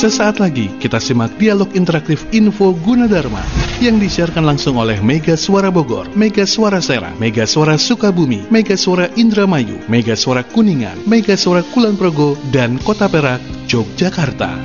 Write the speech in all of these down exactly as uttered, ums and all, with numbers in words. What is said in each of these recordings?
Sesaat lagi kita simak dialog interaktif Info Gunadarma yang disiarkan langsung oleh Mega Suara Bogor, Mega Suara Serang, Mega Suara Sukabumi, Mega Suara Indramayu, Mega Suara Kuningan, Mega Suara Kulon Progo, dan Kota Perak, Yogyakarta.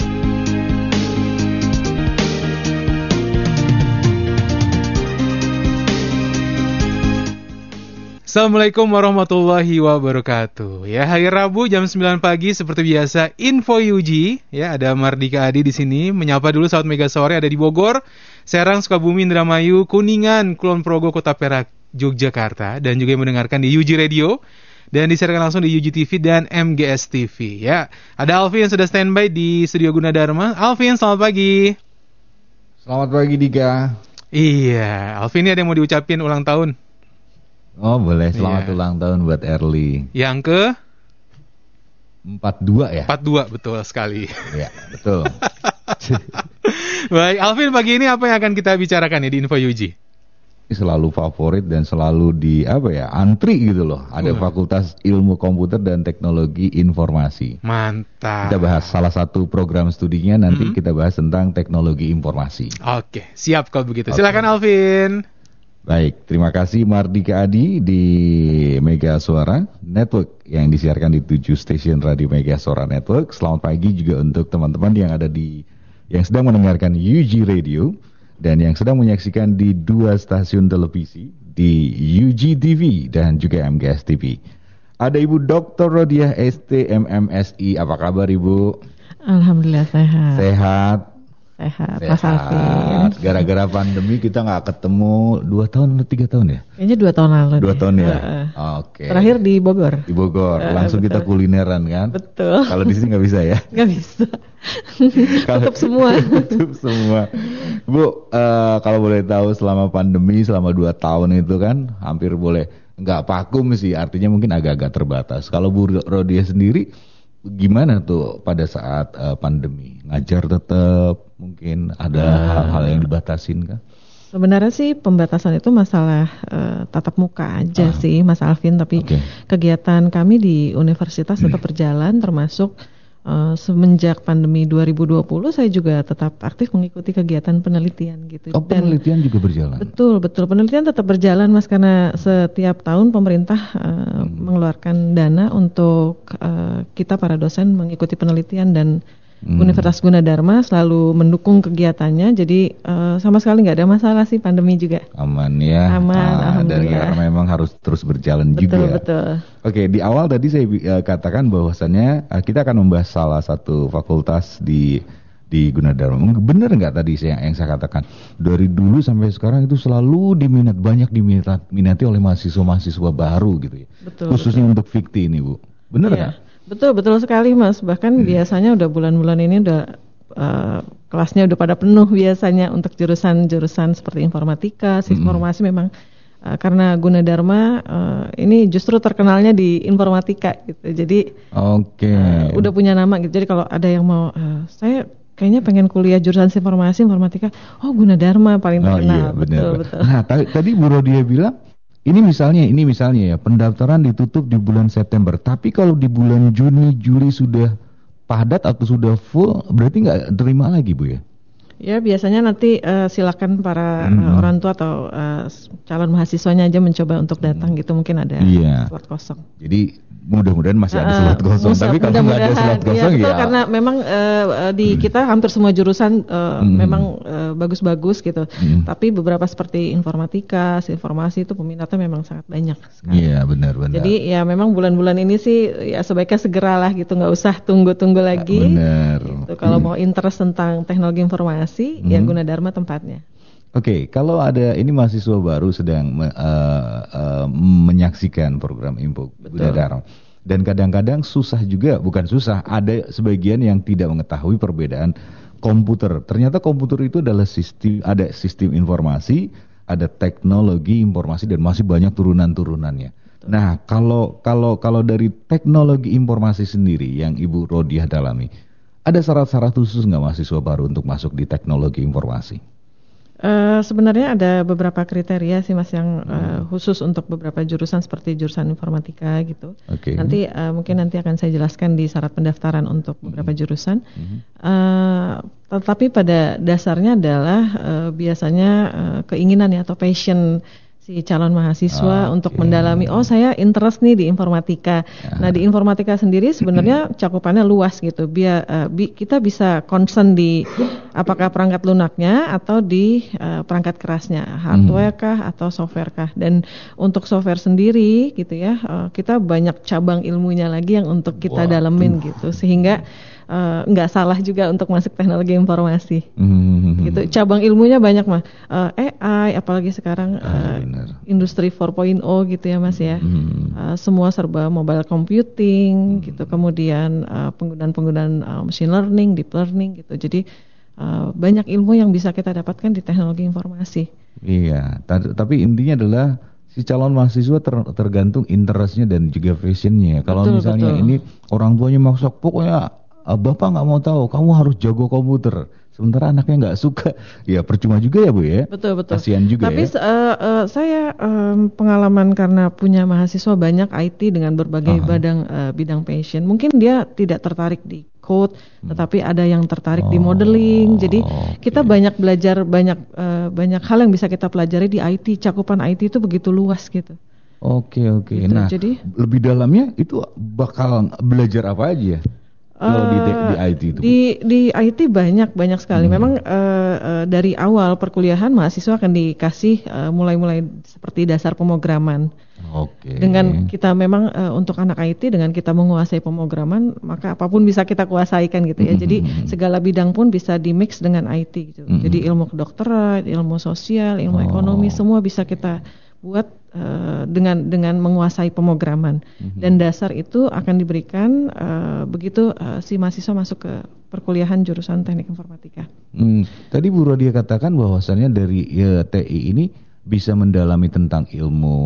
Assalamualaikum warahmatullahi wabarakatuh. Ya, hari Rabu jam sembilan pagi seperti biasa Info U G. Ya, ada Mardika Adi di sini menyapa dulu sahabat Mega Sore ada di Bogor, Serang, Sukabumi, Indramayu, Kuningan, Kulon Progo, Kota Perak, Yogyakarta, dan juga yang mendengarkan di U G Radio dan disiarkan langsung di U G T V dan M G S T V. Ya, ada Alvin yang sudah standby di studio Gunadarma. Alvin, selamat pagi. Selamat pagi Dika. Iya, Alvin ini ada yang mau diucapin ulang tahun. Oh boleh, selamat yeah. ulang tahun buat Erli. Yang ke? empat puluh dua ya? empat puluh dua, betul sekali. Iya, betul. Baik, Alvin, pagi ini apa yang akan kita bicarakan ya di Info U G? Ini selalu favorit dan selalu di apa ya, antri gitu loh. Ada uh. Fakultas Ilmu Komputer dan Teknologi Informasi. Mantap. Kita bahas salah satu program studinya, nanti mm-hmm. kita bahas tentang teknologi informasi. Oke, siap kalau begitu. Okay. Silakan Alvin. Baik, terima kasih Mardika Adi di Mega Suara Network yang disiarkan di tujuh stasiun radio Mega Suara Network. Selamat pagi juga untuk teman-teman yang ada di yang sedang mendengarkan U G Radio dan yang sedang menyaksikan di dua stasiun televisi di U G T V dan juga M G S T V. Ada Ibu Doktor Rodiah S T M M S I. Apa kabar Ibu? Alhamdulillah sehat. Sehat. Sehat, Mas Alvin. Gara-gara pandemi kita nggak ketemu dua tahun atau tiga tahun ya? Kayaknya dua tahun lalu. Dua deh. tahun ya. Uh, uh. Oke. Okay. Terakhir di Bogor. Di Bogor. Uh, Langsung betul. Kita kulineran kan? Betul. Kalau di sini nggak bisa ya? Nggak bisa. Tutup semua. Tutup semua. Bu, uh, kalau boleh tahu selama pandemi selama dua tahun itu kan hampir boleh nggak vakum sih. Artinya mungkin agak-agak terbatas. Kalau Bu Rodia sendiri gimana tuh pada saat uh, pandemi? Ngajar tetap, mungkin ada uh, hal-hal yang dibatasin kan? Sebenarnya sih pembatasan itu masalah uh, tatap muka aja uh, sih Mas Alvin. Tapi okay. kegiatan kami di universitas tetap hmm. berjalan, termasuk uh, semenjak pandemi dua ribu dua puluh saya juga tetap aktif mengikuti kegiatan penelitian gitu. Oh, Dan, penelitian juga berjalan? Betul, betul. Penelitian tetap berjalan Mas, karena setiap tahun pemerintah uh, hmm. mengeluarkan dana untuk uh, kita para dosen mengikuti penelitian dan Hmm. Universitas Gunadarma selalu mendukung kegiatannya, jadi uh, sama sekali nggak ada masalah sih pandemi juga. Aman ya. Aman, ah, dan karena memang harus terus berjalan betul, juga. Betul. Oke, di awal tadi saya uh, katakan bahwasannya uh, kita akan membahas salah satu fakultas di di Gunadarma. Benar nggak tadi saya yang saya katakan dari dulu sampai sekarang itu selalu diminat banyak diminat minati oleh mahasiswa-mahasiswa baru gitu ya. Betul. Khususnya betul. untuk Fikti ini Bu. Benar nggak? Iya. Betul, betul sekali Mas. Bahkan hmm. biasanya udah bulan-bulan ini udah uh, kelasnya udah pada penuh biasanya untuk jurusan-jurusan seperti informatika, informasi hmm. memang uh, karena Gunadarma uh, ini justru terkenalnya di informatika gitu. Jadi okay. uh, udah punya nama gitu. Jadi kalau ada yang mau uh, saya kayaknya pengen kuliah jurusan informasi, informatika, oh Gunadarma paling terkenal. Oh, iya, betul, betul. Nah, t- tadi Bu Rodia bilang Ini misalnya, ini misalnya ya, pendaftaran ditutup di bulan September. Tapi kalau di bulan Juni, Juli sudah padat atau sudah full, berarti nggak terima lagi Bu ya? Ya biasanya nanti uh, silakan para hmm. uh, orang tua atau uh, calon mahasiswanya aja mencoba untuk datang hmm. gitu, mungkin ada iya. slot kosong. Jadi mudah-mudahan masih ada slot kosong, uh, tapi kalau nggak ada slot kosong ya, ya karena memang uh, di hmm. kita hampir semua jurusan uh, hmm. memang uh, bagus-bagus gitu, hmm. tapi beberapa seperti informatika, informasi itu peminatnya memang sangat banyak sekali. Iya benar-benar. Jadi ya memang bulan-bulan ini sih ya sebaiknya segeralah gitu, nggak usah tunggu-tunggu lagi. Benar. Gitu. Kalau hmm. mau interest tentang teknologi informasi, hmm. ya Gunadarma tempatnya. Oke, okay, kalau ada ini mahasiswa baru sedang uh, uh, menyaksikan program Info Gunadarma dan kadang-kadang susah juga, bukan susah, ada sebagian yang tidak mengetahui perbedaan komputer. Ternyata komputer itu adalah sistem, ada sistem informasi, ada teknologi informasi dan masih banyak turunan-turunannya. Betul. Nah, kalau kalau kalau dari teknologi informasi sendiri yang Ibu Rodiah dalami, ada syarat-syarat khusus nggak mahasiswa baru untuk masuk di teknologi informasi? Uh, sebenarnya ada beberapa kriteria sih Mas yang uh, khusus untuk beberapa jurusan seperti jurusan informatika gitu. Okay. Nanti uh, mungkin nanti akan saya jelaskan di syarat pendaftaran untuk beberapa mm-hmm. jurusan. Mm-hmm. Uh, tetapi pada dasarnya adalah uh, biasanya uh, keinginan ya atau passion si calon mahasiswa okay. untuk mendalami, oh saya interest nih di informatika. Ya. Nah di informatika sendiri sebenarnya cakupannya luas gitu. Biar uh, bi- kita bisa concern di apakah perangkat lunaknya atau di uh, perangkat kerasnya, hardware kah atau software kah. Dan untuk software sendiri gitu ya, uh, kita banyak cabang ilmunya lagi yang untuk kita Waduh. dalemin gitu, sehingga Uh, nggak salah juga untuk masuk teknologi informasi. Mm-hmm. Gitu. Cabang ilmunya banyak mah. Uh, A I, apalagi sekarang uh, ah, industri empat titik nol gitu ya Mas ya. Mm-hmm. Uh, semua serba mobile computing mm-hmm. gitu. Kemudian uh, penggunaan-penggunaan uh, machine learning, deep learning gitu. Jadi uh, banyak ilmu yang bisa kita dapatkan di teknologi informasi. Iya. T- tapi intinya adalah si calon mahasiswa ter- tergantung interestnya dan juga passionnya. Kalau misalnya betul. Ini orang tuanya maksa pokoknya Bapak nggak mau tahu, kamu harus jago komputer. Sementara anaknya nggak suka, ya percuma juga ya Bu ya. Betul betul. Kasihan juga. Tapi ya. uh, uh, saya um, pengalaman karena punya mahasiswa banyak I T dengan berbagai Aha. badang uh, bidang passion. Mungkin dia tidak tertarik di code, hmm. tetapi ada yang tertarik oh, di modeling. Jadi okay. kita banyak belajar banyak uh, banyak hal yang bisa kita pelajari di I T. Cakupan I T itu begitu luas gitu. Oke okay, oke. Okay. Gitu, nah jadi, lebih dalamnya itu bakal belajar apa aja? Kalau di, di I T itu? Di, di I T banyak banyak sekali. Hmm. Memang uh, uh, dari awal perkuliahan mahasiswa akan dikasih uh, mulai-mulai seperti dasar pemrograman. Oke. Okay. Dengan kita memang uh, untuk anak I T dengan kita menguasai pemrograman maka apapun bisa kita kuasai kan gitu ya. Hmm. Jadi segala bidang pun bisa di mix dengan I T gitu. Hmm. Jadi ilmu kedokteran, ilmu sosial, ilmu oh. ekonomi semua bisa kita buat uh, dengan dengan menguasai pemrograman mm-hmm. dan dasar itu akan diberikan uh, begitu uh, si mahasiswa masuk ke perkuliahan jurusan teknik informatika. Hmm, tadi Bu Rodia katakan bahwasannya dari ya, T I ini bisa mendalami tentang ilmu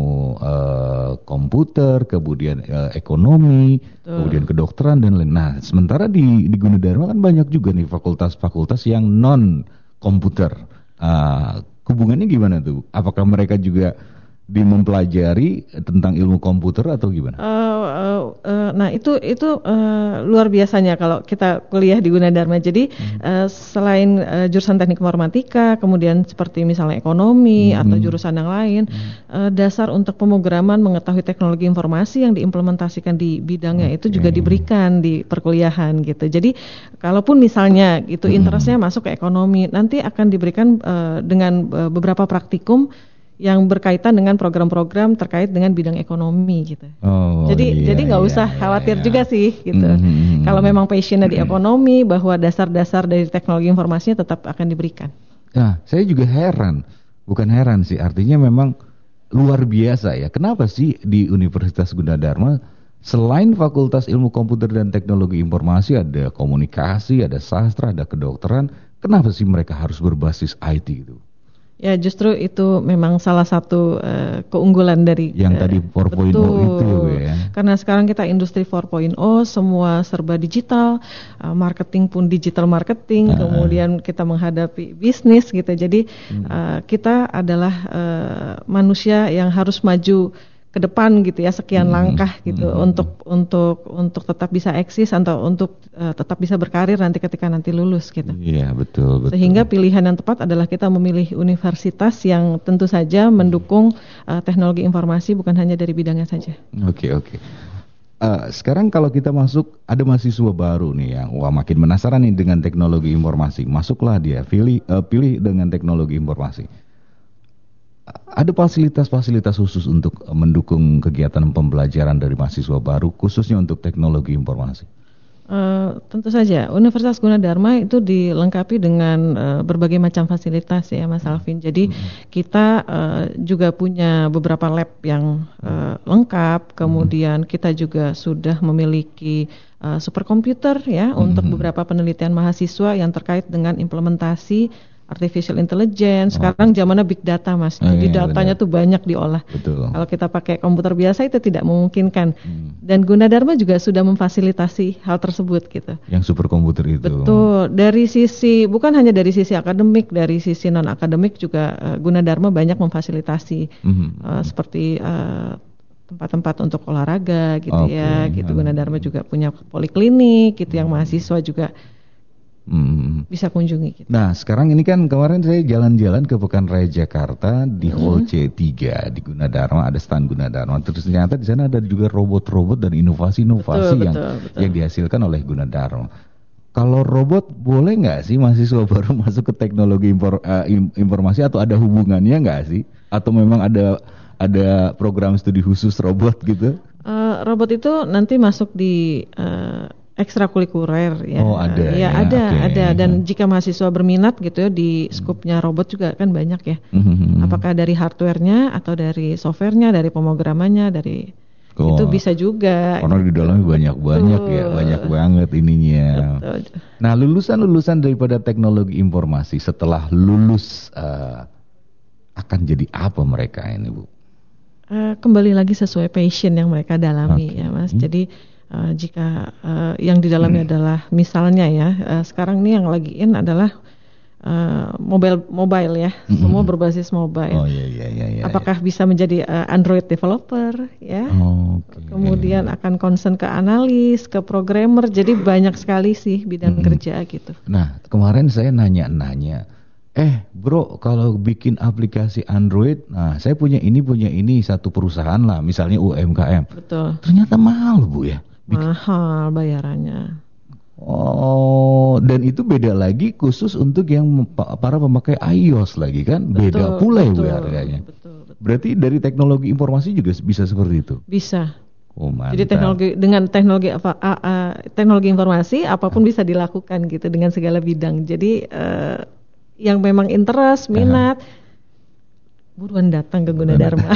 uh, komputer, kemudian uh, ekonomi, Betul. kemudian kedokteran dan lain. Nah, sementara di di Gunadarma kan banyak juga nih fakultas-fakultas yang non komputer. Uh, hubungannya gimana tuh? Apakah mereka juga di mempelajari tentang ilmu komputer atau gimana? Uh, uh, uh, nah itu itu uh, luar biasanya kalau kita kuliah di Gunadarma. Jadi hmm. uh, selain uh, jurusan teknik informatika, kemudian seperti misalnya ekonomi hmm. atau jurusan yang lain, hmm. uh, dasar untuk pemrograman mengetahui teknologi informasi yang diimplementasikan di bidangnya okay. itu juga diberikan di perkuliahan gitu. Jadi kalaupun misalnya itu hmm. interestnya masuk ke ekonomi, nanti akan diberikan uh, dengan uh, beberapa praktikum yang berkaitan dengan program-program terkait dengan bidang ekonomi gitu. Oh, jadi iya, jadi nggak iya, usah iya, khawatir iya. juga sih gitu. Mm-hmm. Kalau memang passionnya di ekonomi, bahwa dasar-dasar dari teknologi informasinya tetap akan diberikan. Nah, saya juga heran, bukan heran sih, artinya memang luar biasa ya. Kenapa sih di Universitas Gunadarma selain Fakultas Ilmu Komputer dan Teknologi Informasi ada komunikasi, ada sastra, ada kedokteran, kenapa sih mereka harus berbasis I T gitu? Ya justru itu memang salah satu uh, keunggulan dari yang uh, tadi empat titik nol itu ya. Karena sekarang kita industri empat titik nol semua serba digital, uh, marketing pun digital marketing, uh. kemudian kita menghadapi bisnis gitu. Jadi hmm. uh, kita adalah uh, manusia yang harus maju ke depan gitu ya, sekian hmm. langkah gitu hmm. untuk untuk untuk tetap bisa eksis atau untuk uh, tetap bisa berkarir nanti ketika nanti lulus gitu. Iya betul betul. Sehingga pilihan yang tepat adalah kita memilih universitas yang tentu saja mendukung uh, teknologi informasi bukan hanya dari bidangnya saja. Oke okay, oke. Okay. Uh, sekarang kalau kita masuk, ada mahasiswa baru nih yang wah makin penasaran nih dengan teknologi informasi, masuklah dia pilih uh, pilih dengan teknologi informasi. Ada fasilitas-fasilitas khusus untuk mendukung kegiatan pembelajaran dari mahasiswa baru, khususnya untuk teknologi informasi? Uh, tentu saja, Universitas Gunadarma itu dilengkapi dengan uh, berbagai macam fasilitas ya Mas Alvin. Jadi hmm. kita uh, juga punya beberapa lab yang uh, lengkap, kemudian hmm. kita juga sudah memiliki uh, superkomputer ya hmm. untuk beberapa penelitian mahasiswa yang terkait dengan implementasi artificial intelligence. Sekarang zamannya big data, Mas. Oh, Jadi iya, datanya benar. tuh banyak diolah. Betul. Kalau kita pakai komputer biasa itu tidak memungkinkan. Hmm. Dan Gunadarma juga sudah memfasilitasi hal tersebut gitu. Yang superkomputer itu. Betul. Dari sisi bukan hanya dari sisi akademik, dari sisi non akademik juga uh, Gunadarma banyak memfasilitasi Mhm. uh, seperti uh, tempat-tempat untuk olahraga gitu Oke. ya. Gitu Hmm. Gunadarma juga punya poliklinik gitu yang mahasiswa juga Mhm. bisa kunjungi gitu. Nah, sekarang ini kan kemarin saya jalan-jalan ke Pekan Raya Jakarta di Hall C tiga di Gunadarma, ada stand Gunadarma. Terus ternyata di sana ada juga robot-robot dan inovasi-inovasi Betul, yang betul, betul. yang dihasilkan oleh Gunadarma. Kalau robot boleh nggak sih mahasiswa baru masuk ke teknologi impor, eh, im- informasi atau ada hubungannya nggak sih? Atau memang ada ada program studi khusus robot gitu? Uh, robot itu nanti masuk di uh, ekstrakurikuler ya. Oh, ada Ya, ya, ada, oke. ada. Dan jika mahasiswa berminat gitu ya di skupnya robot juga kan banyak ya. Mhm. Apakah dari hardware-nya atau dari software-nya, dari pemrogramannya, dari Oh, itu bisa juga. Karena di dalamnya banyak-banyak ya, Betul. banyak banget ininya. Betul. Nah, lulusan-lulusan daripada teknologi informasi setelah lulus eh, akan jadi apa mereka ini, Bu? Eh, kembali lagi sesuai passion yang mereka dalami Oke. ya Mas. Jadi eh, jika eh, yang di dalamnya adalah misalnya ya eh, sekarang ini yang lagi in adalah eh, mobile mobile ya, Mm-mm. semua berbasis mobile. Oh iya iya iya iya. Apakah bisa menjadi eh, Android developer ya? Oke. Kemudian akan concern ke analis, ke programmer. Jadi banyak sekali sih bidang Mm-mm. kerja gitu. Nah, kemarin saya nanya-nanya, eh bro, kalau bikin aplikasi Android, nah saya punya ini punya ini satu perusahaan lah, misalnya U M K M. Betul. Ternyata mahal, Bu ya. Bikin- Mahal bayarannya. Oh, dan itu beda lagi khusus untuk yang mem- para pemakai iOS lagi kan, beda Betul, pula ya Bu betul, harganya. Betul, betul. Berarti dari teknologi informasi juga bisa seperti itu. Bisa. Oh mantap. Jadi teknologi dengan teknologi apa a- a- teknologi informasi apapun bisa dilakukan gitu dengan segala bidang. Jadi eh, yang memang interest, minat, buruan datang ke Gunadarma.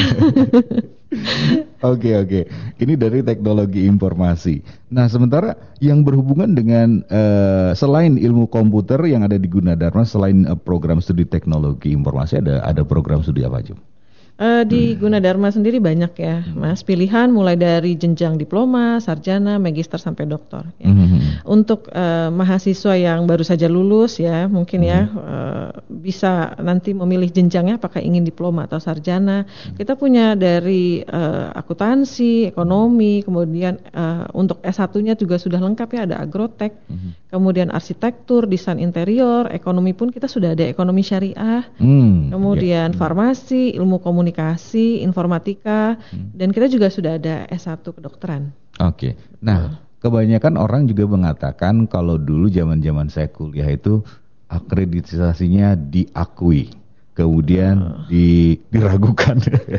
Oke oke, ini dari teknologi informasi. Nah sementara yang berhubungan dengan eh, selain ilmu komputer yang ada di Gunadarma, selain eh, program studi teknologi informasi, ada ada program studi apa aja? Eh, di Gunadarma sendiri banyak ya, Mas. Pilihan mulai dari jenjang diploma, sarjana, magister sampai doktor. Ya. Mhm. Untuk eh, mahasiswa yang baru saja lulus ya, mungkin ya eh, bisa nanti memilih jenjangnya apakah ingin diploma atau sarjana. Kita punya dari eh, akuntansi, ekonomi, kemudian eh, untuk S satu-nya juga sudah lengkap ya, ada agrotek, kemudian arsitektur, desain interior, ekonomi pun kita sudah ada ekonomi syariah. Hmm, Kemudian ya. farmasi, ilmu komunikasi, informatika, dan kita juga sudah ada S satu kedokteran. Oke. Nah, kebanyakan orang juga mengatakan kalau dulu zaman-zaman saya kuliah itu akreditasinya diakui, kemudian di, diragukan.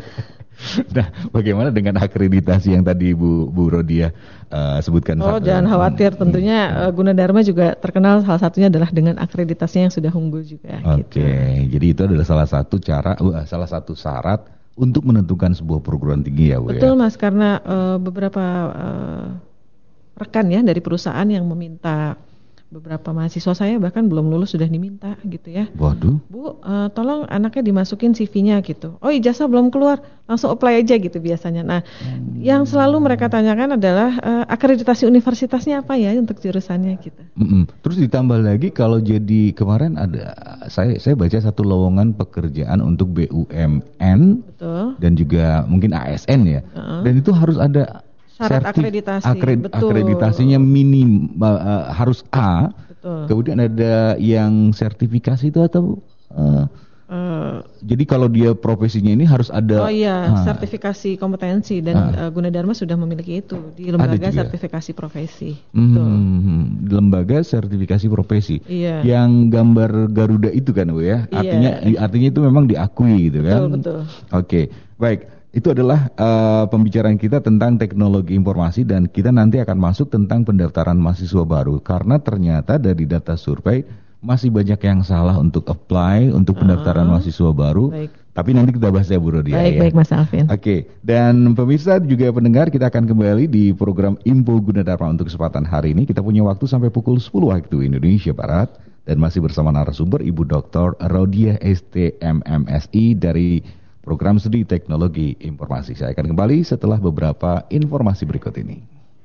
Nah, bagaimana dengan akreditasi yang tadi Bu Bu Rodia uh, sebutkan? Oh, saat- jangan khawatir, Hmm. tentunya eh, Gunadarma juga terkenal salah satunya adalah dengan akreditasinya yang sudah unggul juga. Oke, Gitu. jadi itu adalah salah satu cara, uh, salah satu syarat untuk menentukan sebuah perguruan tinggi ya Bu Betul ya. Mas, karena eh, beberapa eh, rekan ya dari perusahaan yang meminta beberapa mahasiswa saya bahkan belum lulus sudah diminta gitu ya. Waduh. Bu, eh, tolong anaknya dimasukin C V-nya gitu. Oh, ijazah belum keluar, langsung apply aja gitu biasanya. Nah, yang selalu mereka tanyakan adalah eh, akreditasi universitasnya apa ya untuk jurusannya gitu. Mm-mm. Terus ditambah lagi kalau jadi kemarin ada saya saya baca satu lowongan pekerjaan untuk B U M N Betul. dan juga mungkin A S N ya. Heeh. Dan itu harus ada Syarat sertif- akreditasi, akred- betul. akreditasinya minim uh, uh, harus A. Betul. Kemudian ada yang sertifikasi itu atau uh, Eh, jadi kalau dia profesinya ini harus ada oh iya, ah, sertifikasi kompetensi dan Ah. eh, Gunadarma sudah memiliki itu di lembaga juga. sertifikasi profesi. Betul. Hmm, lembaga sertifikasi profesi. Iya. Yang gambar Garuda itu kan Bu ya. Iya. Artinya artinya itu memang diakui gitu kan. Betul, betul. Oke, baik. Itu adalah eh, pembicaraan kita tentang teknologi informasi dan kita nanti akan masuk tentang pendaftaran mahasiswa baru karena ternyata dari data survei masih banyak yang salah untuk apply untuk pendaftaran Ah. mahasiswa baru. Baik. Tapi nanti kita bahas ya Bu Rodia Baik, ya. baik Mas Alvin. Oke, dan pemirsa juga pendengar, kita akan kembali di program Info Gunadarma untuk kesempatan hari ini. Kita punya waktu sampai pukul sepuluh waktu Indonesia Barat. Dan masih bersama narasumber Ibu Doktor Rodiah S T M M S I dari Program Studi Teknologi Informasi. Saya akan kembali setelah beberapa informasi berikut ini.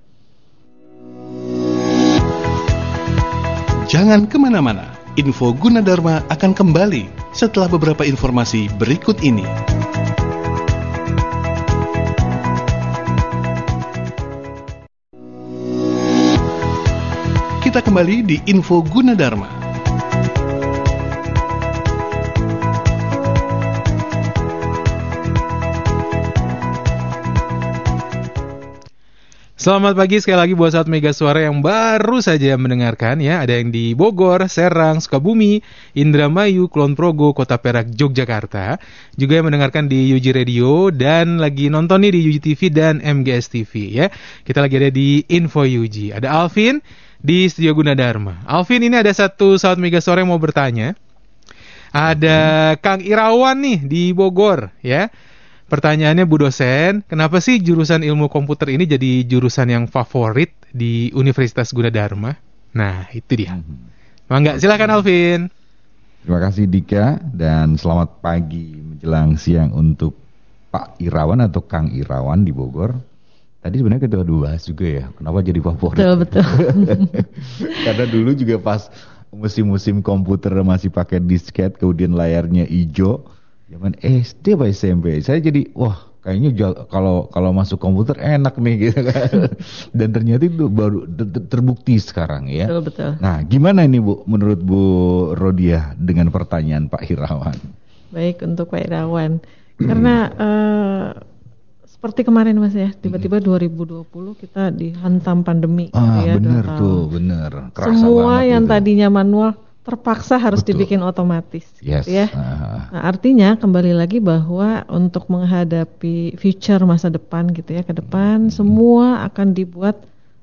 Jangan kemana-mana, Info Gunadarma akan kembali setelah beberapa informasi berikut ini. Kita kembali di Info Gunadarma. Selamat pagi sekali lagi buat sahabat Mega Suara yang baru saja mendengarkan ya. Ada yang di Bogor, Serang, Sukabumi, Indramayu, Kulon Progo, Kota Perak, Yogyakarta. Juga yang mendengarkan di U J Radio dan lagi nonton nih di U J T V dan M G S T V ya. Kita lagi ada di Info U J. Ada Alvin di Studio Gunadarma. Alvin, ini ada satu sahabat Mega Suara yang mau bertanya. Ada Kang Irawan nih di Bogor ya. Pertanyaannya, Bu dosen, kenapa sih jurusan ilmu komputer ini jadi jurusan yang favorit di Universitas Gunadarma? Nah, itu dia. Mangga, silakan Alvin. Terima kasih Dika dan selamat pagi menjelang siang untuk Pak Irawan atau Kang Irawan di Bogor. Tadi sebenarnya kita udah bahas juga ya, kenapa jadi favorit. Betul, betul. Karena dulu juga pas musim-musim komputer masih pakai disket, kemudian layarnya hijau. Zaman S D apa S M P, saya jadi wah kayaknya jal- kalau kalau masuk komputer enak nih gitu kan. Dan ternyata itu baru ter- terbukti sekarang ya. Betul, betul. Nah, gimana ini Bu menurut Bu Rodiah dengan pertanyaan Pak Irawan? Baik, untuk Pak Irawan. Karena uh, seperti kemarin Mas ya, tiba-tiba dua ribu dua puluh kita dihantam pandemi. Ah, ya, benar tuh, benar. Kerasa semua yang gitu. Tadinya manual terpaksa harus Betul. dibikin otomatis, Yes. gitu ya. Uh. Nah, artinya kembali lagi bahwa untuk menghadapi future masa depan gitu ya, ke depan hmm. semua akan dibuat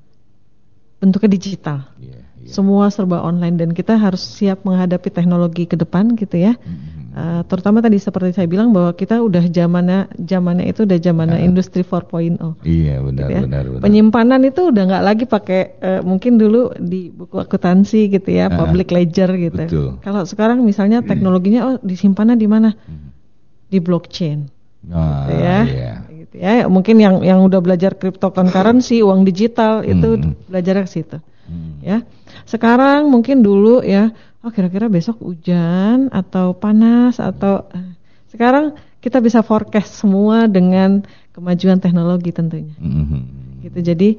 bentuknya digital. Yeah, yeah. Semua serba online dan kita harus siap menghadapi teknologi ke depan gitu ya. Hmm. Uh, terutama tadi seperti saya bilang bahwa kita udah zamannya zamannya itu udah zamannya uh. industri empat titik nol. Iya, benar, gitu ya. benar benar. Penyimpanan itu udah nggak lagi pakai uh, mungkin dulu di buku akuntansi gitu ya, uh. public ledger gitu. Betul. Kalau sekarang misalnya teknologinya oh disimpannya di mana? Hmm. Di blockchain. Oh, gitu ya. Iya. Gitu ya. Mungkin yang yang udah belajar cryptocurrency, uang digital itu hmm. belajar ke situ. Hmm. Ya. Sekarang mungkin dulu ya, oh kira-kira besok hujan atau panas atau uh, sekarang kita bisa forecast semua dengan kemajuan teknologi tentunya. Mm-hmm. Gitu. Jadi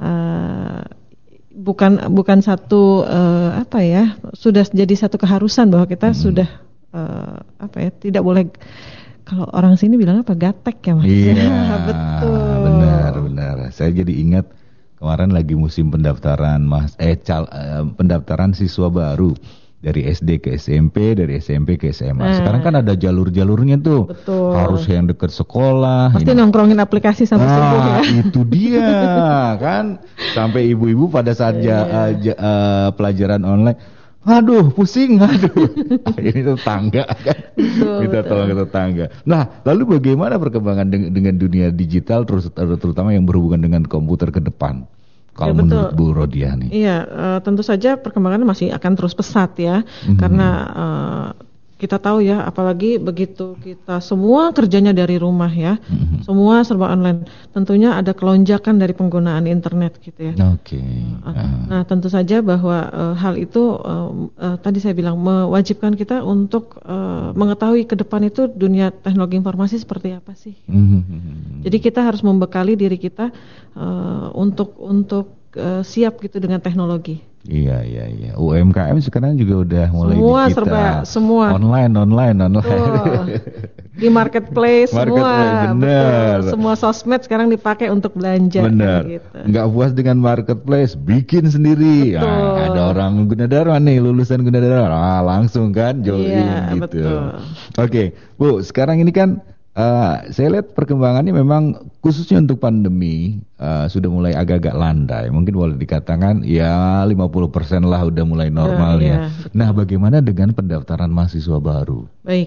uh, bukan bukan satu uh, apa ya, sudah jadi satu keharusan bahwa kita mm-hmm. sudah uh, apa ya, tidak boleh, kalau orang sini bilang apa, gatek ya Mas. Iya. Betul. Benar, benar. Saya jadi ingat kemarin lagi musim pendaftaran Mas eh cal, eh, pendaftaran siswa baru dari S D ke S M P, dari S M P ke S M A. Nah, sekarang kan ada jalur-jalurnya tuh. Betul. Harus yang dekat sekolah. Pasti nongkrongin aplikasi sampai nah, subuh ya. Itu dia kan. Sampai ibu-ibu pada saat ja, uh, ja, uh, pelajaran online, aduh pusing, aduh. Ini tetangga kan. Betul, Kita betul. tolong ke tetangga. Nah, lalu bagaimana perkembangan dengan, dengan dunia digital terus terutama yang berhubungan dengan komputer ke depan? Kalau ya, menurut Bu Rodiah nih. Iya, uh, tentu saja perkembangan masih akan terus pesat ya, mm-hmm. karena uh, kita tahu ya, apalagi begitu kita semua kerjanya dari rumah ya, mm-hmm. semua serba online, tentunya ada kelonjakan dari penggunaan internet gitu ya. Oke. Okay. Uh, uh. Nah, tentu saja bahwa uh, hal itu uh, uh, tadi saya bilang mewajibkan kita untuk uh, mengetahui ke depan itu dunia teknologi informasi seperti apa sih. Mm-hmm. Jadi kita harus membekali diri kita uh, untuk untuk uh, siap gitu dengan teknologi. Iya iya iya. U M K M sekarang juga udah mulai semua digital. serba semua online online online. Oh, di marketplace, marketplace semua. Bener. Betul. Semua sosmed sekarang dipakai untuk belanja. Benar. Kan, gitu. Nggak puas dengan marketplace, bikin sendiri. Nah, ada orang Gunadarma nih, lulusan Gunadarma, ah, langsung kan join iya, gitu. Betul. Oke, Bu, sekarang ini kan Uh, saya lihat perkembangannya memang khususnya untuk pandemi uh, sudah mulai agak-agak landai. Mungkin boleh dikatakan ya lima puluh persen lah udah mulai normal uh, ya. Iya, nah, bagaimana dengan pendaftaran mahasiswa baru? Baik,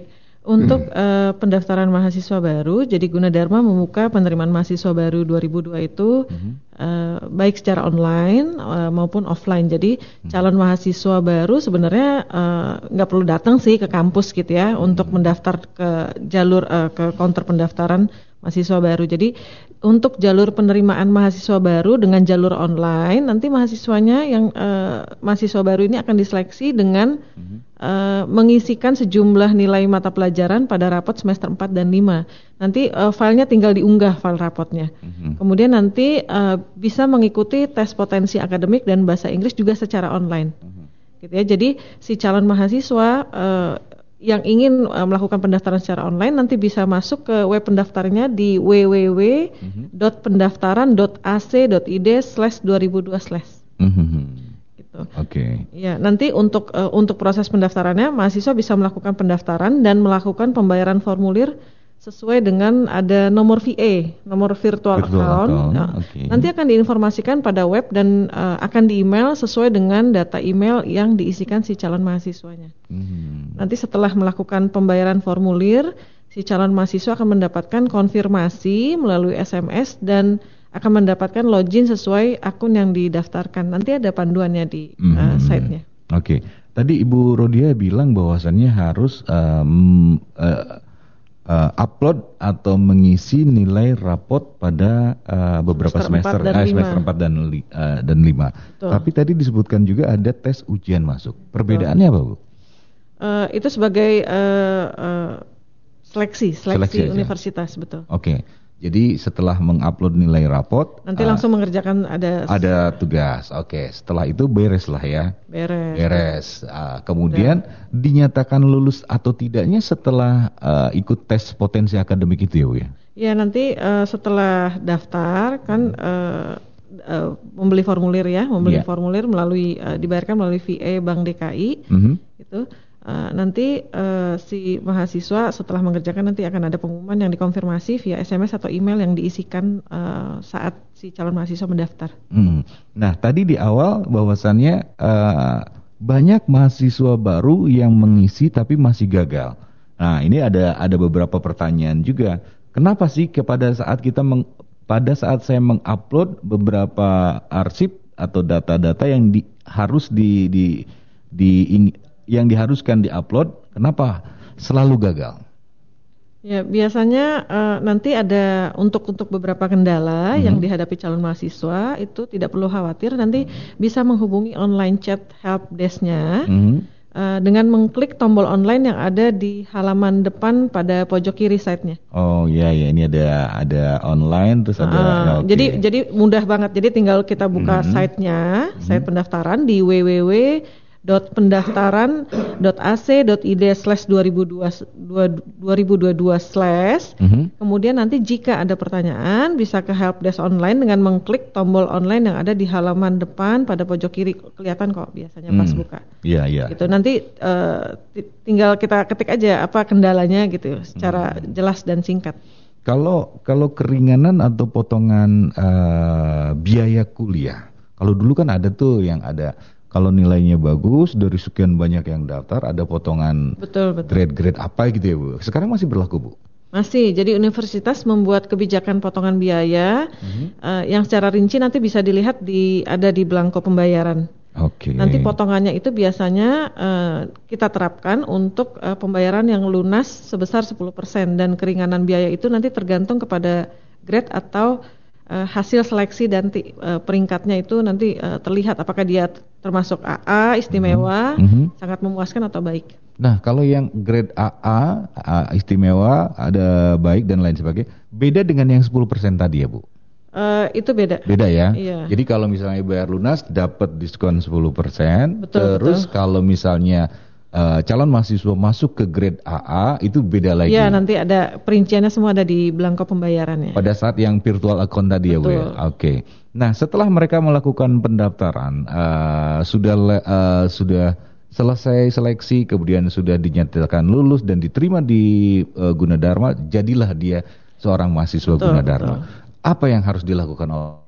Untuk uh, pendaftaran mahasiswa baru, jadi Gunadarma membuka penerimaan mahasiswa baru dua ribu dua itu mm-hmm. uh, baik secara online uh, maupun offline. Jadi mm-hmm. calon mahasiswa baru sebenarnya nggak uh, perlu datang sih ke kampus gitu ya mm-hmm. untuk mendaftar ke jalur uh, ke counter pendaftaran mahasiswa baru. Jadi untuk jalur penerimaan mahasiswa baru dengan jalur online, nanti mahasiswanya yang uh, mahasiswa baru ini akan diseleksi dengan mm-hmm. uh, mengisikan sejumlah nilai mata pelajaran pada rapot semester empat dan lima. Nanti uh, filenya tinggal diunggah file rapotnya. Mm-hmm. Kemudian nanti uh, bisa mengikuti tes potensi akademik dan bahasa Inggris juga secara online. Mm-hmm. Gitu ya. Jadi si calon mahasiswa uh, yang ingin uh, melakukan pendaftaran secara online nanti bisa masuk ke web pendaftarnya di w w w dot pendaftaran dot a c dot i d slash dua ribu dua slash. Gitu. Oke. Okay. Ya, nanti untuk uh, untuk proses pendaftarannya mahasiswa bisa melakukan pendaftaran dan melakukan pembayaran formulir sesuai dengan ada nomor V A, nomor virtual, virtual account. account. Nah, okay. Nanti akan diinformasikan pada web dan uh, akan di-email sesuai dengan data email yang diisikan si calon mahasiswanya. Hmm. Nanti setelah melakukan pembayaran formulir, si calon mahasiswa akan mendapatkan konfirmasi melalui S M S dan akan mendapatkan login sesuai akun yang didaftarkan. Nanti ada panduannya di hmm. uh, site-nya. Oke. Okay. Tadi Ibu Rodia bilang bahwasannya harus um, uh, Uh, upload atau mengisi nilai rapot pada uh, beberapa semester, semester, eh, semester empat dan, li, uh, dan lima. Betul. Tapi tadi disebutkan juga ada tes ujian masuk. Perbedaannya Betul. apa Bu? Uh, itu sebagai uh, uh, seleksi, seleksi, seleksi universitas, betul. Oke. Okay. Jadi setelah mengupload nilai rapot, nanti uh, langsung mengerjakan ada ada tugas. Oke, okay. Setelah itu beres lah ya. Beres. Beres. Uh, kemudian Udah. dinyatakan lulus atau tidaknya setelah uh, ikut tes potensi akademik itu ya, Bu ya? Ya, nanti uh, setelah daftar kan uh, uh, membeli formulir ya, membeli yeah. formulir melalui uh, dibayarkan melalui V A Bank D K I. Mm-hmm. Gitu. Uh, nanti uh, si mahasiswa setelah mengerjakan nanti akan ada pengumuman yang dikonfirmasi via S M S atau email yang diisikan uh, saat si calon mahasiswa mendaftar. Hmm. Nah tadi di awal bahwasannya uh, banyak mahasiswa baru yang mengisi tapi masih gagal. Nah ini ada ada beberapa pertanyaan juga. Kenapa sih kepada saat kita meng, pada saat saya mengupload beberapa arsip atau data-data yang di, harus di di, di yang diharuskan diupload, kenapa selalu gagal? Ya biasanya uh, nanti ada untuk untuk beberapa kendala hmm. yang dihadapi calon mahasiswa itu tidak perlu khawatir, nanti bisa menghubungi online chat help desk-nya hmm. uh, dengan mengklik tombol online yang ada di halaman depan pada pojok kiri site-nya. Oh iya ya, ini ada ada online terus ada. Uh, okay. Jadi jadi mudah banget, jadi tinggal kita buka hmm. site-nya, hmm. site pendaftaran di w w w dot pendaftaran dot a c dot i d slash dua ribu dua puluh dua slash mm-hmm. Kemudian nanti jika ada pertanyaan bisa ke helpdesk online dengan mengklik tombol online yang ada di halaman depan pada pojok kiri, kelihatan kok biasanya pas mm. buka. Iya yeah, iya. Yeah. Gitu nanti uh, t- tinggal kita ketik aja apa kendalanya gitu secara mm. jelas dan singkat. Kalau kalau keringanan atau potongan uh, biaya kuliah, kalau dulu kan ada tuh yang ada. Kalau nilainya bagus, dari sekian banyak yang daftar, ada potongan betul, betul. grade-grade apa gitu ya Bu? Sekarang masih berlaku Bu? Masih, jadi universitas membuat kebijakan potongan biaya mm-hmm. uh, yang secara rinci nanti bisa dilihat di ada di belangko pembayaran. Oke. Okay. Nanti potongannya itu biasanya uh, kita terapkan untuk uh, pembayaran yang lunas sebesar sepuluh persen dan keringanan biaya itu nanti tergantung kepada grade atau Uh, hasil seleksi dan t- uh, peringkatnya itu nanti uh, terlihat apakah dia termasuk A A istimewa, mm-hmm. sangat memuaskan atau baik. Nah kalau yang grade A A, A istimewa, ada baik dan lain sebagainya, beda dengan yang sepuluh persen tadi ya Bu? Uh, itu beda. Beda ya? Iya. Jadi kalau misalnya bayar lunas dapat diskon sepuluh persen, betul, terus betul. Kalau misalnya Uh, calon mahasiswa masuk ke grade A A itu beda lagi. Iya, nanti ada perinciannya semua ada di belangko pembayarannya. Pada saat yang virtual account tadi. Betul. Ya Bu ya. Oke. Okay. Nah, setelah mereka melakukan pendaftaran, uh, sudah uh, sudah selesai seleksi, kemudian sudah dinyatakan lulus dan diterima di uh, Gunadarma, jadilah dia seorang mahasiswa betul, Gunadarma. Betul. Apa yang harus dilakukan oleh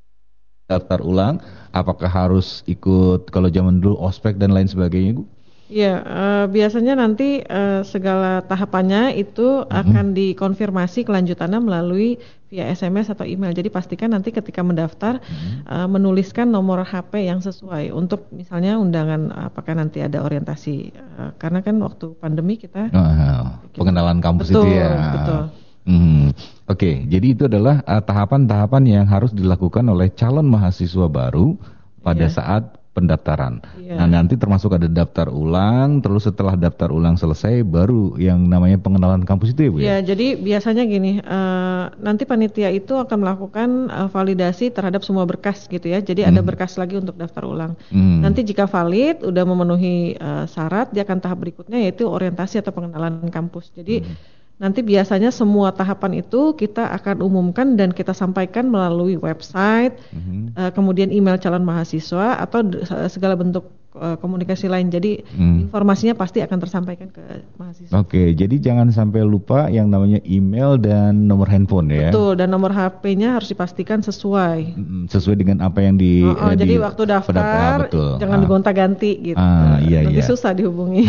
daftar ulang? Apakah harus ikut kalau zaman dulu ospek dan lain sebagainya Bu? Iya, uh, biasanya nanti uh, segala tahapannya itu mm-hmm. akan dikonfirmasi kelanjutannya melalui via S M S atau email. Jadi pastikan nanti ketika mendaftar mm-hmm. uh, menuliskan nomor H P yang sesuai untuk misalnya undangan apakah nanti ada orientasi uh, karena kan waktu pandemi kita uh, pengenalan kampus betul, itu ya. Betul. Hmm. Oke, okay, jadi itu adalah uh, tahapan-tahapan yang harus dilakukan oleh calon mahasiswa baru pada yeah. saat pendaftaran. Yeah. Nah, nanti termasuk ada daftar ulang, terus setelah daftar ulang selesai baru yang namanya pengenalan kampus itu ya Bu ya? Ya, jadi biasanya gini, uh, nanti panitia itu akan melakukan uh, validasi terhadap semua berkas gitu ya. Jadi hmm. ada berkas lagi untuk daftar ulang. Hmm. Nanti jika valid, udah memenuhi uh, syarat, dia akan tahap berikutnya yaitu orientasi atau pengenalan kampus. Jadi hmm. nanti biasanya semua tahapan itu kita akan umumkan dan kita sampaikan melalui website, mm-hmm. uh, kemudian email calon mahasiswa atau d- segala bentuk uh, komunikasi lain. Jadi mm. informasinya pasti akan tersampaikan ke mahasiswa. Oke, jadi jangan sampai lupa yang namanya email dan nomor handphone ya. Betul, dan nomor H P-nya harus dipastikan sesuai. Mm, sesuai dengan apa yang di. Oh, oh, eh, jadi di, waktu daftar betul. jangan ah. digonta-ganti gitu. Ah, iya, nanti iya. susah dihubungi.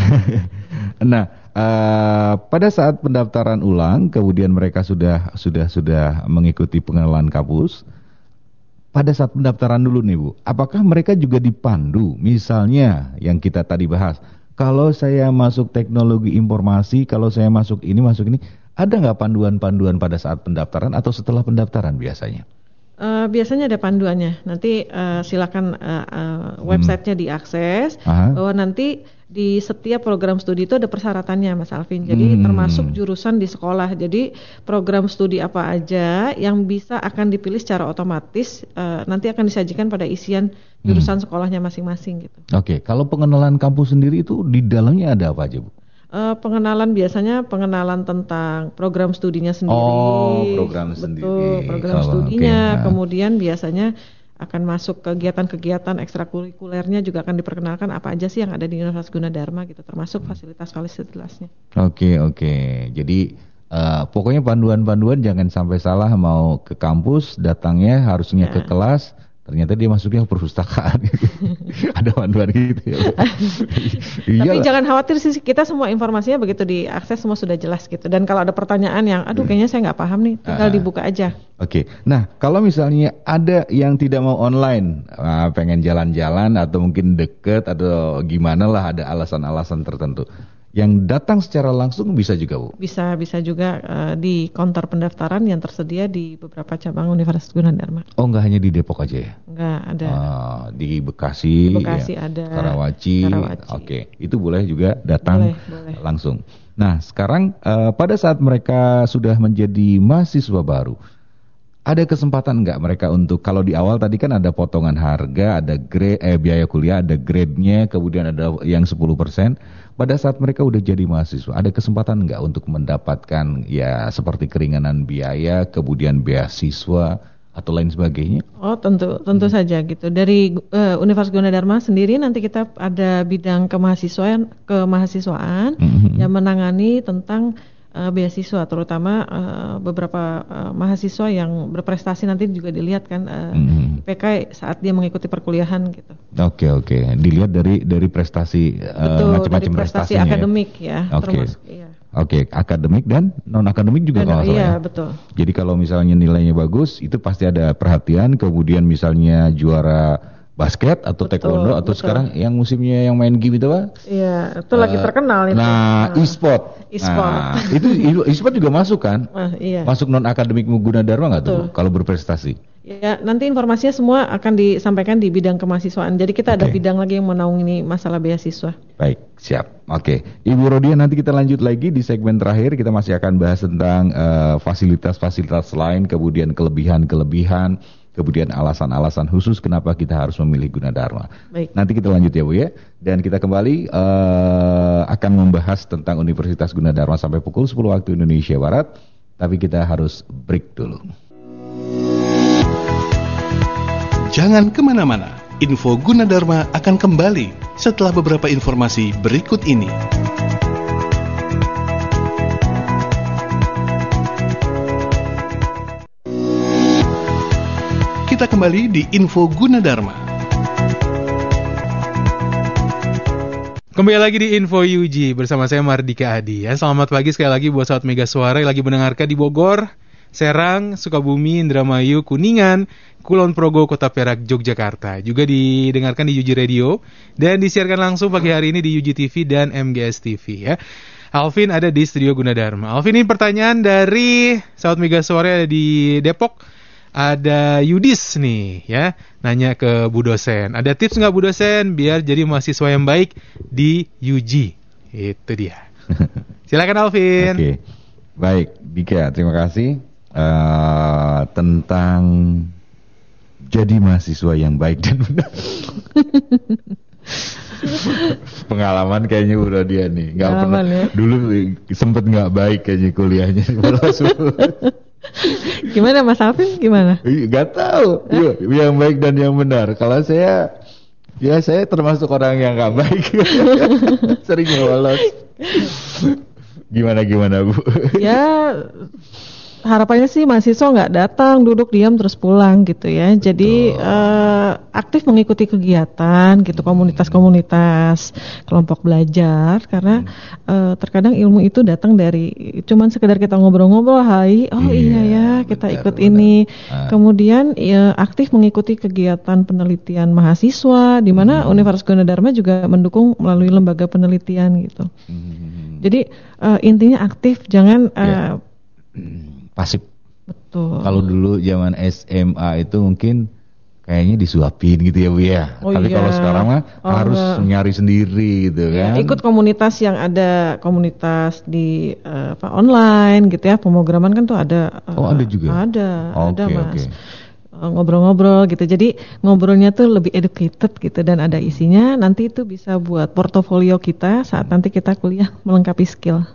Nah. Uh, pada saat pendaftaran ulang, kemudian mereka sudah sudah sudah mengikuti pengenalan kampus. Pada saat pendaftaran dulu nih Bu, apakah mereka juga dipandu? Misalnya yang kita tadi bahas, kalau saya masuk teknologi informasi, kalau saya masuk ini masuk ini, ada nggak panduan-panduan pada saat pendaftaran atau setelah pendaftaran biasanya? Uh, biasanya ada panduannya. Nanti uh, silakan uh, uh, websitenya hmm. diakses. Aha. Bahwa nanti di setiap program studi itu ada persyaratannya, Mas Alvin. Jadi hmm. termasuk jurusan di sekolah. Jadi program studi apa aja yang bisa akan dipilih secara otomatis uh, nanti akan disajikan pada isian jurusan hmm. sekolahnya masing-masing gitu. Oke, okay. Kalau pengenalan kampus sendiri itu di dalamnya ada apa aja Bu? Uh, pengenalan biasanya pengenalan tentang program studinya sendiri. Oh, program betul, sendiri. Program oh, studinya. Okay. Nah. Kemudian biasanya akan masuk kegiatan-kegiatan ekstrakurikulernya juga akan diperkenalkan apa aja sih yang ada di Universitas Gunadarma gitu, termasuk fasilitas-fasilitasnya. Oke okay, oke. Okay. Jadi uh, pokoknya panduan-panduan jangan sampai salah mau ke kampus datangnya harusnya ya. Ke kelas. Ternyata dia masuknya perpustakaan gitu. Ada panduan gitu ya. Tapi jangan khawatir sih, kita semua informasinya begitu diakses semua sudah jelas gitu. Dan kalau ada pertanyaan yang aduh kayaknya saya nggak paham nih, tinggal uh, dibuka aja. Oke, okay. Nah kalau misalnya ada yang tidak mau online, uh, pengen jalan-jalan atau mungkin deket atau gimana lah, ada alasan-alasan tertentu. Yang datang secara langsung bisa juga Bu? Bisa, bisa juga uh, di counter pendaftaran yang tersedia di beberapa cabang Universitas Gunadarma. Oh, nggak hanya di Depok aja ya? Nggak, ada. Uh, di Bekasi, di Bekasi ya. ada. Karawaci, Karawaci. Oke, okay. Itu boleh juga datang boleh, boleh. langsung. Nah, sekarang uh, pada saat mereka sudah menjadi mahasiswa baru, ada kesempatan nggak mereka untuk, kalau di awal tadi kan ada potongan harga, ada grade, eh, biaya kuliah, ada grade-nya, kemudian ada yang sepuluh persen. Pada saat mereka udah jadi mahasiswa, ada kesempatan nggak untuk mendapatkan ya seperti keringanan biaya, kemudian beasiswa atau lain sebagainya? Oh tentu, tentu hmm. saja gitu. Dari uh, Universitas Gunadarma sendiri nanti kita ada bidang kemahasiswaan, kemahasiswaan hmm. yang menangani tentang Uh, beasiswa, terutama uh, beberapa uh, mahasiswa yang berprestasi nanti juga dilihat kan uh, mm-hmm. I P K saat dia mengikuti perkuliahan gitu. Oke okay, oke, okay. Dilihat dari dari prestasi uh, macam-macam prestasi akademik ya. ya Oke. Okay. Iya. Oke, okay. Akademik dan non akademik juga kalau iya, ya. betul. Jadi kalau misalnya nilainya bagus, itu pasti ada perhatian. Kemudian misalnya juara basket atau betul, taekwondo atau betul. Sekarang yang musimnya yang main game itu Pak? Iya, itu uh, lagi terkenal itu. Nah, e-sport. E-sport. Nah, itu e-sport juga masuk kan? Uh, iya. Masuk non akademik Gunadarma nggak tuh kalau berprestasi? Ya, nanti informasinya semua akan disampaikan di bidang kemahasiswaan. Jadi kita okay. ada bidang lagi yang menaungi masalah beasiswa. Baik, siap. Oke, okay. Ibu Rodia, nanti kita lanjut lagi di segmen terakhir. Kita masih akan bahas tentang uh, fasilitas-fasilitas lain, kemudian kelebihan-kelebihan, kemudian alasan-alasan khusus kenapa kita harus memilih Gunadarma. Baik. Nanti kita lanjut ya Bu ya. Dan kita kembali uh, akan membahas tentang Universitas Gunadarma sampai pukul sepuluh waktu Indonesia Barat. Tapi kita harus break dulu. Jangan kemana-mana. Info Gunadarma akan kembali setelah beberapa informasi berikut ini. Kita kembali di Info Gunadarma. Kembali lagi di Info U G bersama saya Mardika Adi ya. Selamat pagi sekali lagi buat sahabat Mega Suara yang lagi mendengarkan di Bogor, Serang, Sukabumi, Indramayu, Kuningan, Kulon Progo, Kota Perak, Yogyakarta. Juga didengarkan di U G Radio dan disiarkan langsung pagi hari ini di U G T V dan M G S T V ya. Alvin ada di Studio Gunadarma. Alvin, ini pertanyaan dari sahabat Mega Suara ada di Depok. Ada Yudis nih ya, nanya ke Bu dosen. Ada tips nggak Bu dosen biar jadi mahasiswa yang baik di U G? Itu dia. Silakan Alvin. Oke, baik Dika, terima kasih uh, tentang jadi mahasiswa yang baik dan benar. Pengalaman kayaknya udah dia nih, nggak pernah. Ya? Dulu sempet nggak baik kayaknya kuliahnya. Gimana Mas Alvin? Gimana? Gak tahu. Eh? Yang baik dan yang benar. Kalau saya, ya saya termasuk orang yang gak baik. Sering bolos. Gimana gimana Bu? Ya harapannya sih mahasiswa nggak datang, duduk diam terus pulang gitu ya. Jadi uh, aktif mengikuti kegiatan gitu, komunitas-komunitas, kelompok belajar. Karena hmm. uh, terkadang ilmu itu datang dari cuman sekedar kita ngobrol-ngobrol, hai, oh iya, iya ya kita benar, ikut benar. ini. Ah. Kemudian ya, aktif mengikuti kegiatan penelitian mahasiswa, di mana hmm. Universitas Gunadarma juga mendukung melalui lembaga penelitian gitu. Hmm. Jadi uh, intinya aktif, jangan uh, yeah. pasif. Betul. Kalau dulu zaman S M A itu mungkin kayaknya disuapin gitu ya Bu ya. Oh, tapi iya. kalau sekarang mah oh, harus enggak. nyari sendiri gitu ya, kan. Ikut komunitas yang ada, komunitas di uh, apa online gitu ya. Pemrograman kan tuh ada. Uh, oh ada juga. Ada, okay, ada Mas. Okay. Uh, ngobrol-ngobrol gitu. Jadi ngobrolnya tuh lebih educated gitu dan ada isinya. Nanti itu bisa buat portofolio kita saat nanti kita kuliah melengkapi skill.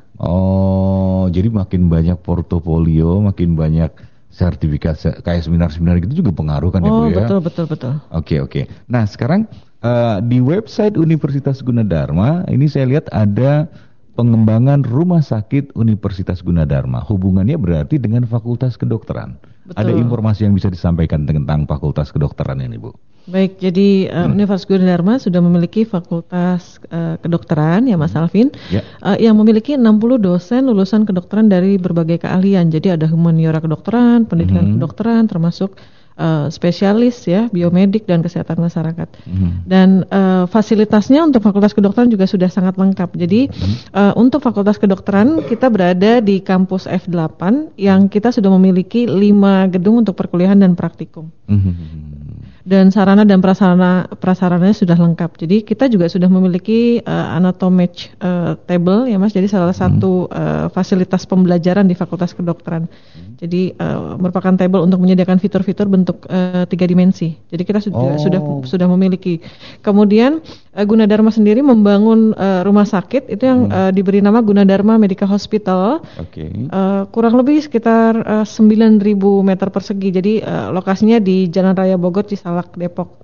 Oh, jadi makin banyak portofolio, makin banyak sertifikat, kayak seminar-seminar gitu juga pengaruh kan oh, ya Bu ya? Oh betul, betul, betul. Oke, oke. Nah sekarang uh, di website Universitas Gunadarma, ini saya lihat ada pengembangan rumah sakit Universitas Gunadarma. Hubungannya berarti dengan Fakultas Kedokteran. Betul. Ada informasi yang bisa disampaikan tentang Fakultas Kedokteran ini Bu? Baik, jadi uh, hmm. Universitas Gunadarma sudah memiliki fakultas uh, kedokteran ya Mas Alvin, yeah. uh, yang memiliki enam puluh dosen lulusan kedokteran dari berbagai keahlian. Jadi ada humaniora kedokteran, pendidikan hmm. kedokteran, termasuk uh, spesialis ya, biomedik dan kesehatan masyarakat. Hmm. Dan uh, fasilitasnya untuk fakultas kedokteran juga sudah sangat lengkap. Jadi hmm. uh, untuk fakultas kedokteran kita berada di kampus F delapan yang kita sudah memiliki lima gedung untuk perkuliahan dan praktikum. Hmm. Dan sarana dan prasarana prasarananya sudah lengkap. Jadi kita juga sudah memiliki uh, anatomic uh, table ya Mas. Jadi salah hmm. satu uh, fasilitas pembelajaran di Fakultas Kedokteran. Hmm. Jadi uh, merupakan table untuk menyediakan fitur-fitur bentuk uh, tiga dimensi. Jadi kita sudah oh. sudah sudah memiliki. Kemudian uh, Gunadarma sendiri membangun uh, rumah sakit itu yang hmm. uh, diberi nama Gunadarma Medical Hospital. Okay. Uh, kurang lebih sekitar uh, sembilan ribu meter persegi. Jadi uh, lokasinya di Jalan Raya Bogor Cisalak Depok.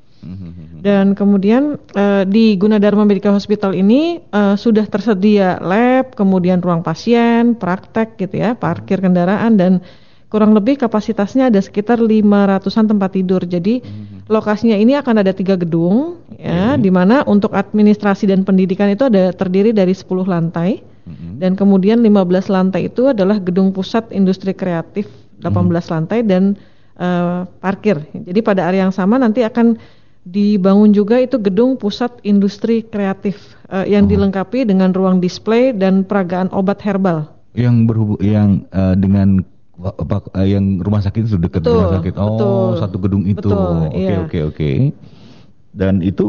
Dan kemudian uh, di Gunadarma Medical Hospital ini uh, sudah tersedia lab, kemudian ruang pasien, praktek gitu ya, parkir kendaraan dan kurang lebih kapasitasnya ada sekitar lima ratusan tempat tidur. Jadi lokasinya ini akan ada tiga gedung ya, di mana untuk administrasi dan pendidikan itu ada terdiri dari sepuluh lantai. Dan kemudian lima belas lantai itu adalah gedung pusat industri kreatif, delapan belas lantai dan Uh, parkir. Jadi pada area yang sama nanti akan dibangun juga itu gedung pusat industri kreatif uh, yang oh. dilengkapi dengan ruang display dan peragaan obat herbal. Yang berhubung yang uh, dengan apa uh, yang rumah sakit itu dekat betul, rumah sakit. Oh, betul. Satu gedung itu. Oke, iya. oke, oke. Dan itu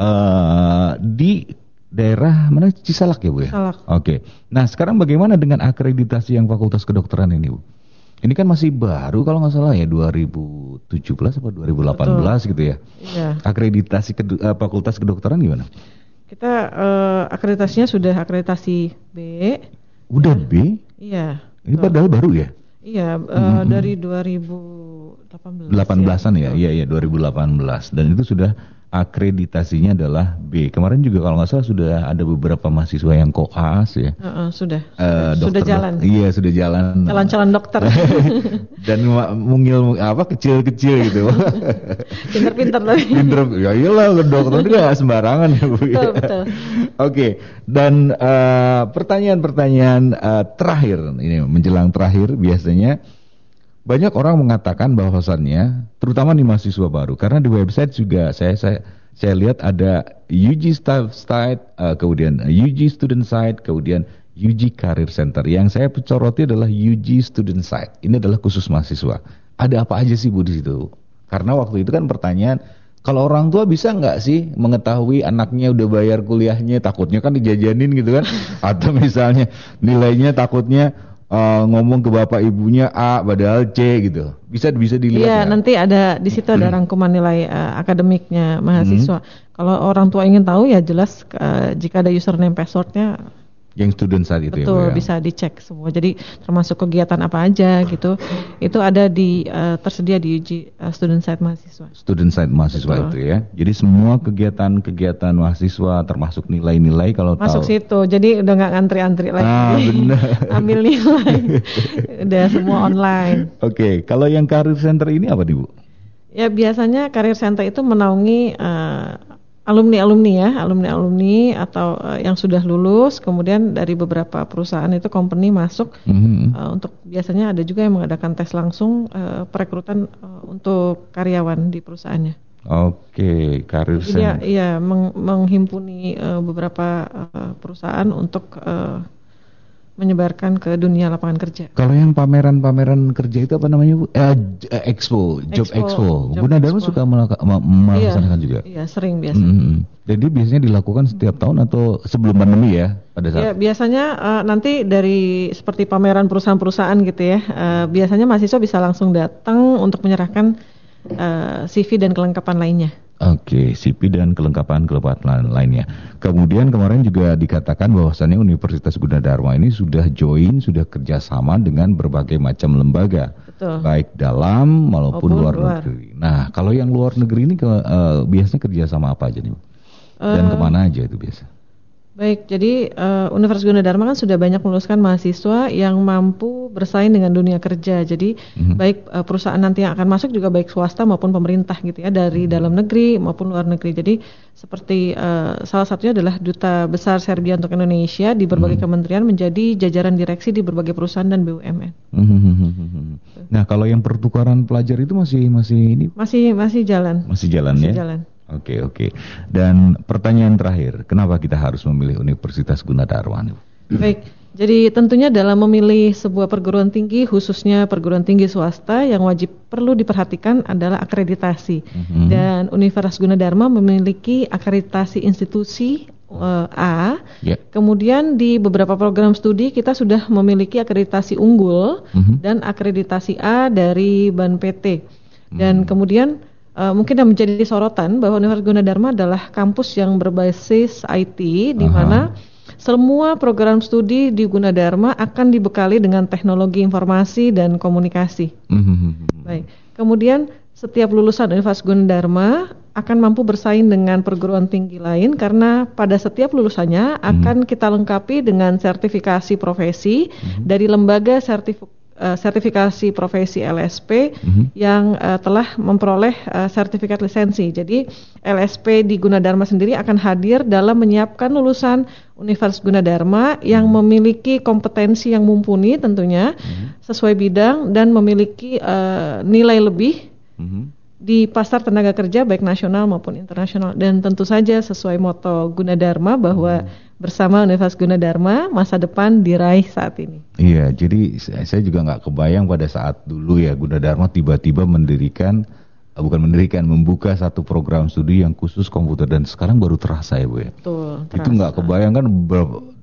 uh, di daerah mana Cisalak ya Bu ya? Cisalak. Oke. Nah, sekarang bagaimana dengan akreditasi yang Fakultas Kedokteran ini Bu? Ini kan masih baru kalau nggak salah ya dua ribu tujuh belas atau dua ribu delapan belas betul. Gitu ya. Iya. Akreditasi kedu- uh, Fakultas Kedokteran gimana? Kita uh, akreditasinya sudah akreditasi B. Udah B? Iya. Ini padahal baru ya? Iya, uh, mm-hmm. dari dua ribu delapan belasan ya, iya iya dua ribu delapan belas dan itu sudah akreditasinya adalah B. Kemarin juga kalau nggak salah sudah ada beberapa mahasiswa yang koas ya. Uh, uh, sudah. Uh, sudah dokter, jalan. Dok, iya sudah jalan. Calon-calon dokter. Dan mungil apa kecil-kecil gitu. Pinter-pinter tapi. Pinter, ya iyalah dokter itu nggak sembarangan ya Bu. Betul betul. Oke. Okay. Dan uh, pertanyaan-pertanyaan uh, terakhir ini menjelang terakhir biasanya. Banyak orang mengatakan bahwasannya, terutama di mahasiswa baru, karena di website juga saya saya saya lihat ada U G staff site, uh, kemudian U G student site, kemudian U G career center. Yang saya soroti adalah U G student site. Ini adalah khusus mahasiswa. Ada apa aja sih Bu di situ? Karena waktu itu kan pertanyaan, kalau orang tua bisa nggak sih mengetahui anaknya udah bayar kuliahnya, takutnya kan dijajanin gitu kan? Atau misalnya nilainya takutnya Uh, ngomong ke bapak ibunya A padahal C gitu, bisa bisa dilihat. Iya, ya? nanti ada di situ ada rangkuman nilai uh, akademiknya mahasiswa. Hmm. Kalau orang tua ingin tahu ya jelas uh, jika ada username passwordnya. Yang student saat itu betul, ya, Bu, ya? Bisa dicek semua. Jadi termasuk kegiatan apa aja gitu. Itu ada di uh, tersedia di U G uh, student site mahasiswa. Student site mahasiswa betul. Itu ya. Jadi semua kegiatan-kegiatan mahasiswa termasuk nilai-nilai kalau masuk tahu. Situ. Jadi udah nggak ngantri-antri lagi. Ah, benar. Ambil nilai. Udah semua online. Oke, okay. Kalau yang career center ini apa nih Bu? Ya biasanya career center itu menaungi uh, alumni-alumni ya, alumni-alumni atau uh, yang sudah lulus, kemudian dari beberapa perusahaan itu company masuk mm-hmm. uh, untuk biasanya ada juga yang mengadakan tes langsung uh, perekrutan uh, untuk karyawan di perusahaannya. Oke, karir Iya, iya meng- menghimpuni uh, beberapa uh, perusahaan untuk uh, menyebarkan ke dunia lapangan kerja. Kalau yang pameran-pameran kerja itu apa namanya Bu? Eh, expo, job expo. Bunda Dharma suka melaka- melaksanakan iya, juga? Iya, sering biasa. Mm-hmm. Jadi biasanya dilakukan setiap tahun atau sebelum pandemi ya pada saat? Ya, biasanya uh, nanti dari seperti pameran perusahaan-perusahaan gitu ya, uh, biasanya mahasiswa bisa langsung datang untuk menyerahkan uh, C V dan kelengkapan lainnya. Oke, C V dan kelengkapan-kelengkapan lainnya. Kemudian kemarin juga dikatakan bahwasannya Universitas Gunadarma ini sudah join, sudah kerjasama dengan berbagai macam lembaga, betul. Baik dalam maupun luar, luar negeri. Nah, kalau yang luar negeri ini ke, uh, biasanya kerjasama apa aja nih? Dan uh, kemana aja itu biasa? Baik, jadi uh, Universitas Gunadarma kan sudah banyak meluluskan mahasiswa yang mampu bersaing dengan dunia kerja. Jadi mm-hmm. baik uh, perusahaan nanti yang akan masuk juga baik swasta maupun pemerintah gitu ya, dari mm-hmm. dalam negeri maupun luar negeri. Jadi seperti uh, salah satunya adalah Duta Besar Serbia untuk Indonesia di berbagai mm-hmm. kementerian menjadi jajaran direksi di berbagai perusahaan dan B U M N. Mm-hmm. Nah, kalau yang pertukaran pelajar itu masih masih ini? Masih masih jalan. Masih jalan masih ya? Jalan. Oke oke. Dan pertanyaan terakhir, kenapa kita harus memilih Universitas Gunadarma? Baik, jadi tentunya dalam memilih sebuah perguruan tinggi, khususnya perguruan tinggi swasta, yang wajib perlu diperhatikan adalah akreditasi. Mm-hmm. Dan Universitas Gunadarma memiliki akreditasi institusi uh, A. Yeah. Kemudian di beberapa program studi kita sudah memiliki akreditasi unggul mm-hmm. dan akreditasi A dari B A N P T. Dan mm-hmm. kemudian Uh, mungkin yang menjadi sorotan bahwa Universitas Gunadarma adalah kampus yang berbasis I T, di mana semua program studi di Gunadarma akan dibekali dengan teknologi informasi dan komunikasi. Mm-hmm. Baik. Kemudian setiap lulusan Universitas Gunadarma akan mampu bersaing dengan perguruan tinggi lain karena pada setiap lulusannya mm-hmm. akan kita lengkapi dengan sertifikasi profesi mm-hmm. dari lembaga sertifikasi Uh, sertifikasi profesi L S P mm-hmm. yang uh, telah memperoleh uh, sertifikat lisensi. Jadi L S P di Gunadarma sendiri akan hadir dalam menyiapkan lulusan Universitas Gunadarma yang mm-hmm. memiliki kompetensi yang mumpuni tentunya mm-hmm. sesuai bidang dan memiliki uh, nilai lebih mm-hmm. di pasar tenaga kerja baik nasional maupun internasional, dan tentu saja sesuai moto Gunadarma bahwa hmm. bersama Universitas Gunadarma masa depan diraih saat ini. Iya, jadi saya juga nggak kebayang pada saat dulu ya Gunadarma tiba-tiba mendirikan, bukan mendirikan, membuka satu program studi yang khusus komputer, dan sekarang baru terasa ya Bu ya. Betul. Terasa. Itu nggak kebayang kan ber-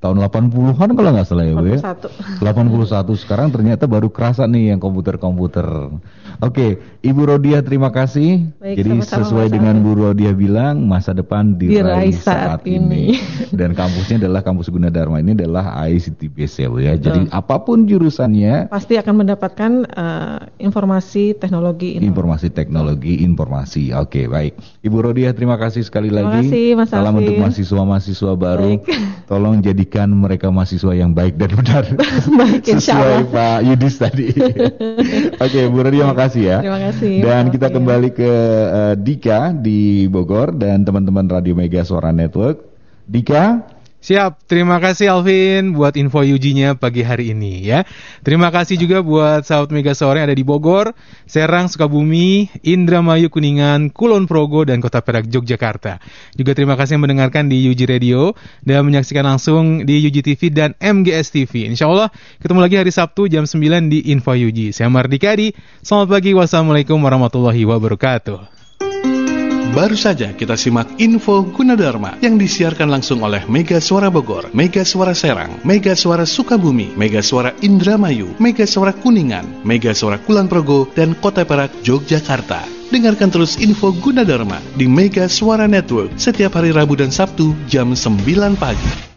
tahun delapan puluhan kalau nggak salah ya Bu ya. delapan puluh satu sekarang ternyata baru kerasa nih yang komputer-komputer. Oke, Ibu Rodiah terima kasih. Baik, Jadi sama-sama, sesuai Mas dengan Alvin. Bu Rodiah bilang masa depan diraih, Diraih saat saat ini. Dan kampusnya adalah kampus Gunadarma ini adalah I C T base ya Bu ya. Jadi apapun jurusannya Pasti akan mendapatkan uh, informasi teknologi ini. informasi teknologi informasi. Oke, baik. Ibu Rodiah terima kasih sekali Terima lagi. kasih, Mas Salam Alvin. untuk mahasiswa-mahasiswa baru. Baik. Tolong jadikan mereka mahasiswa yang baik dan benar. Baik, insya Sesuai Allah. Pak Yudis tadi. Oke, Bu Rodiah makasih ya. Terima kasih. Dan Mas kita Alvin. kembali ke uh, Dika di Bogor dan teman-teman Radio Mega Suara Network. Dika, Siap, terima kasih Alvin buat info U G-nya pagi hari ini ya. Terima kasih juga buat sahabat Mega Sore yang ada di Bogor, Serang, Sukabumi, Indramayu, Kuningan, Kulon Progo, dan Kota Perak, Yogyakarta. Juga terima kasih yang mendengarkan di U G Radio dan menyaksikan langsung di U G T V dan M G S T V. Insya Allah ketemu lagi hari Sabtu jam sembilan di Info U G. Saya Mardika Adi, selamat pagi, wassalamualaikum warahmatullahi wabarakatuh. Baru saja kita simak info Gunadarma yang disiarkan langsung oleh Mega Suara Bogor, Mega Suara Serang, Mega Suara Sukabumi, Mega Suara Indramayu, Mega Suara Kuningan, Mega Suara Kulon Progo, dan Kota Perak, Yogyakarta. Dengarkan terus info Gunadarma di Mega Suara Network setiap hari Rabu dan Sabtu jam sembilan pagi.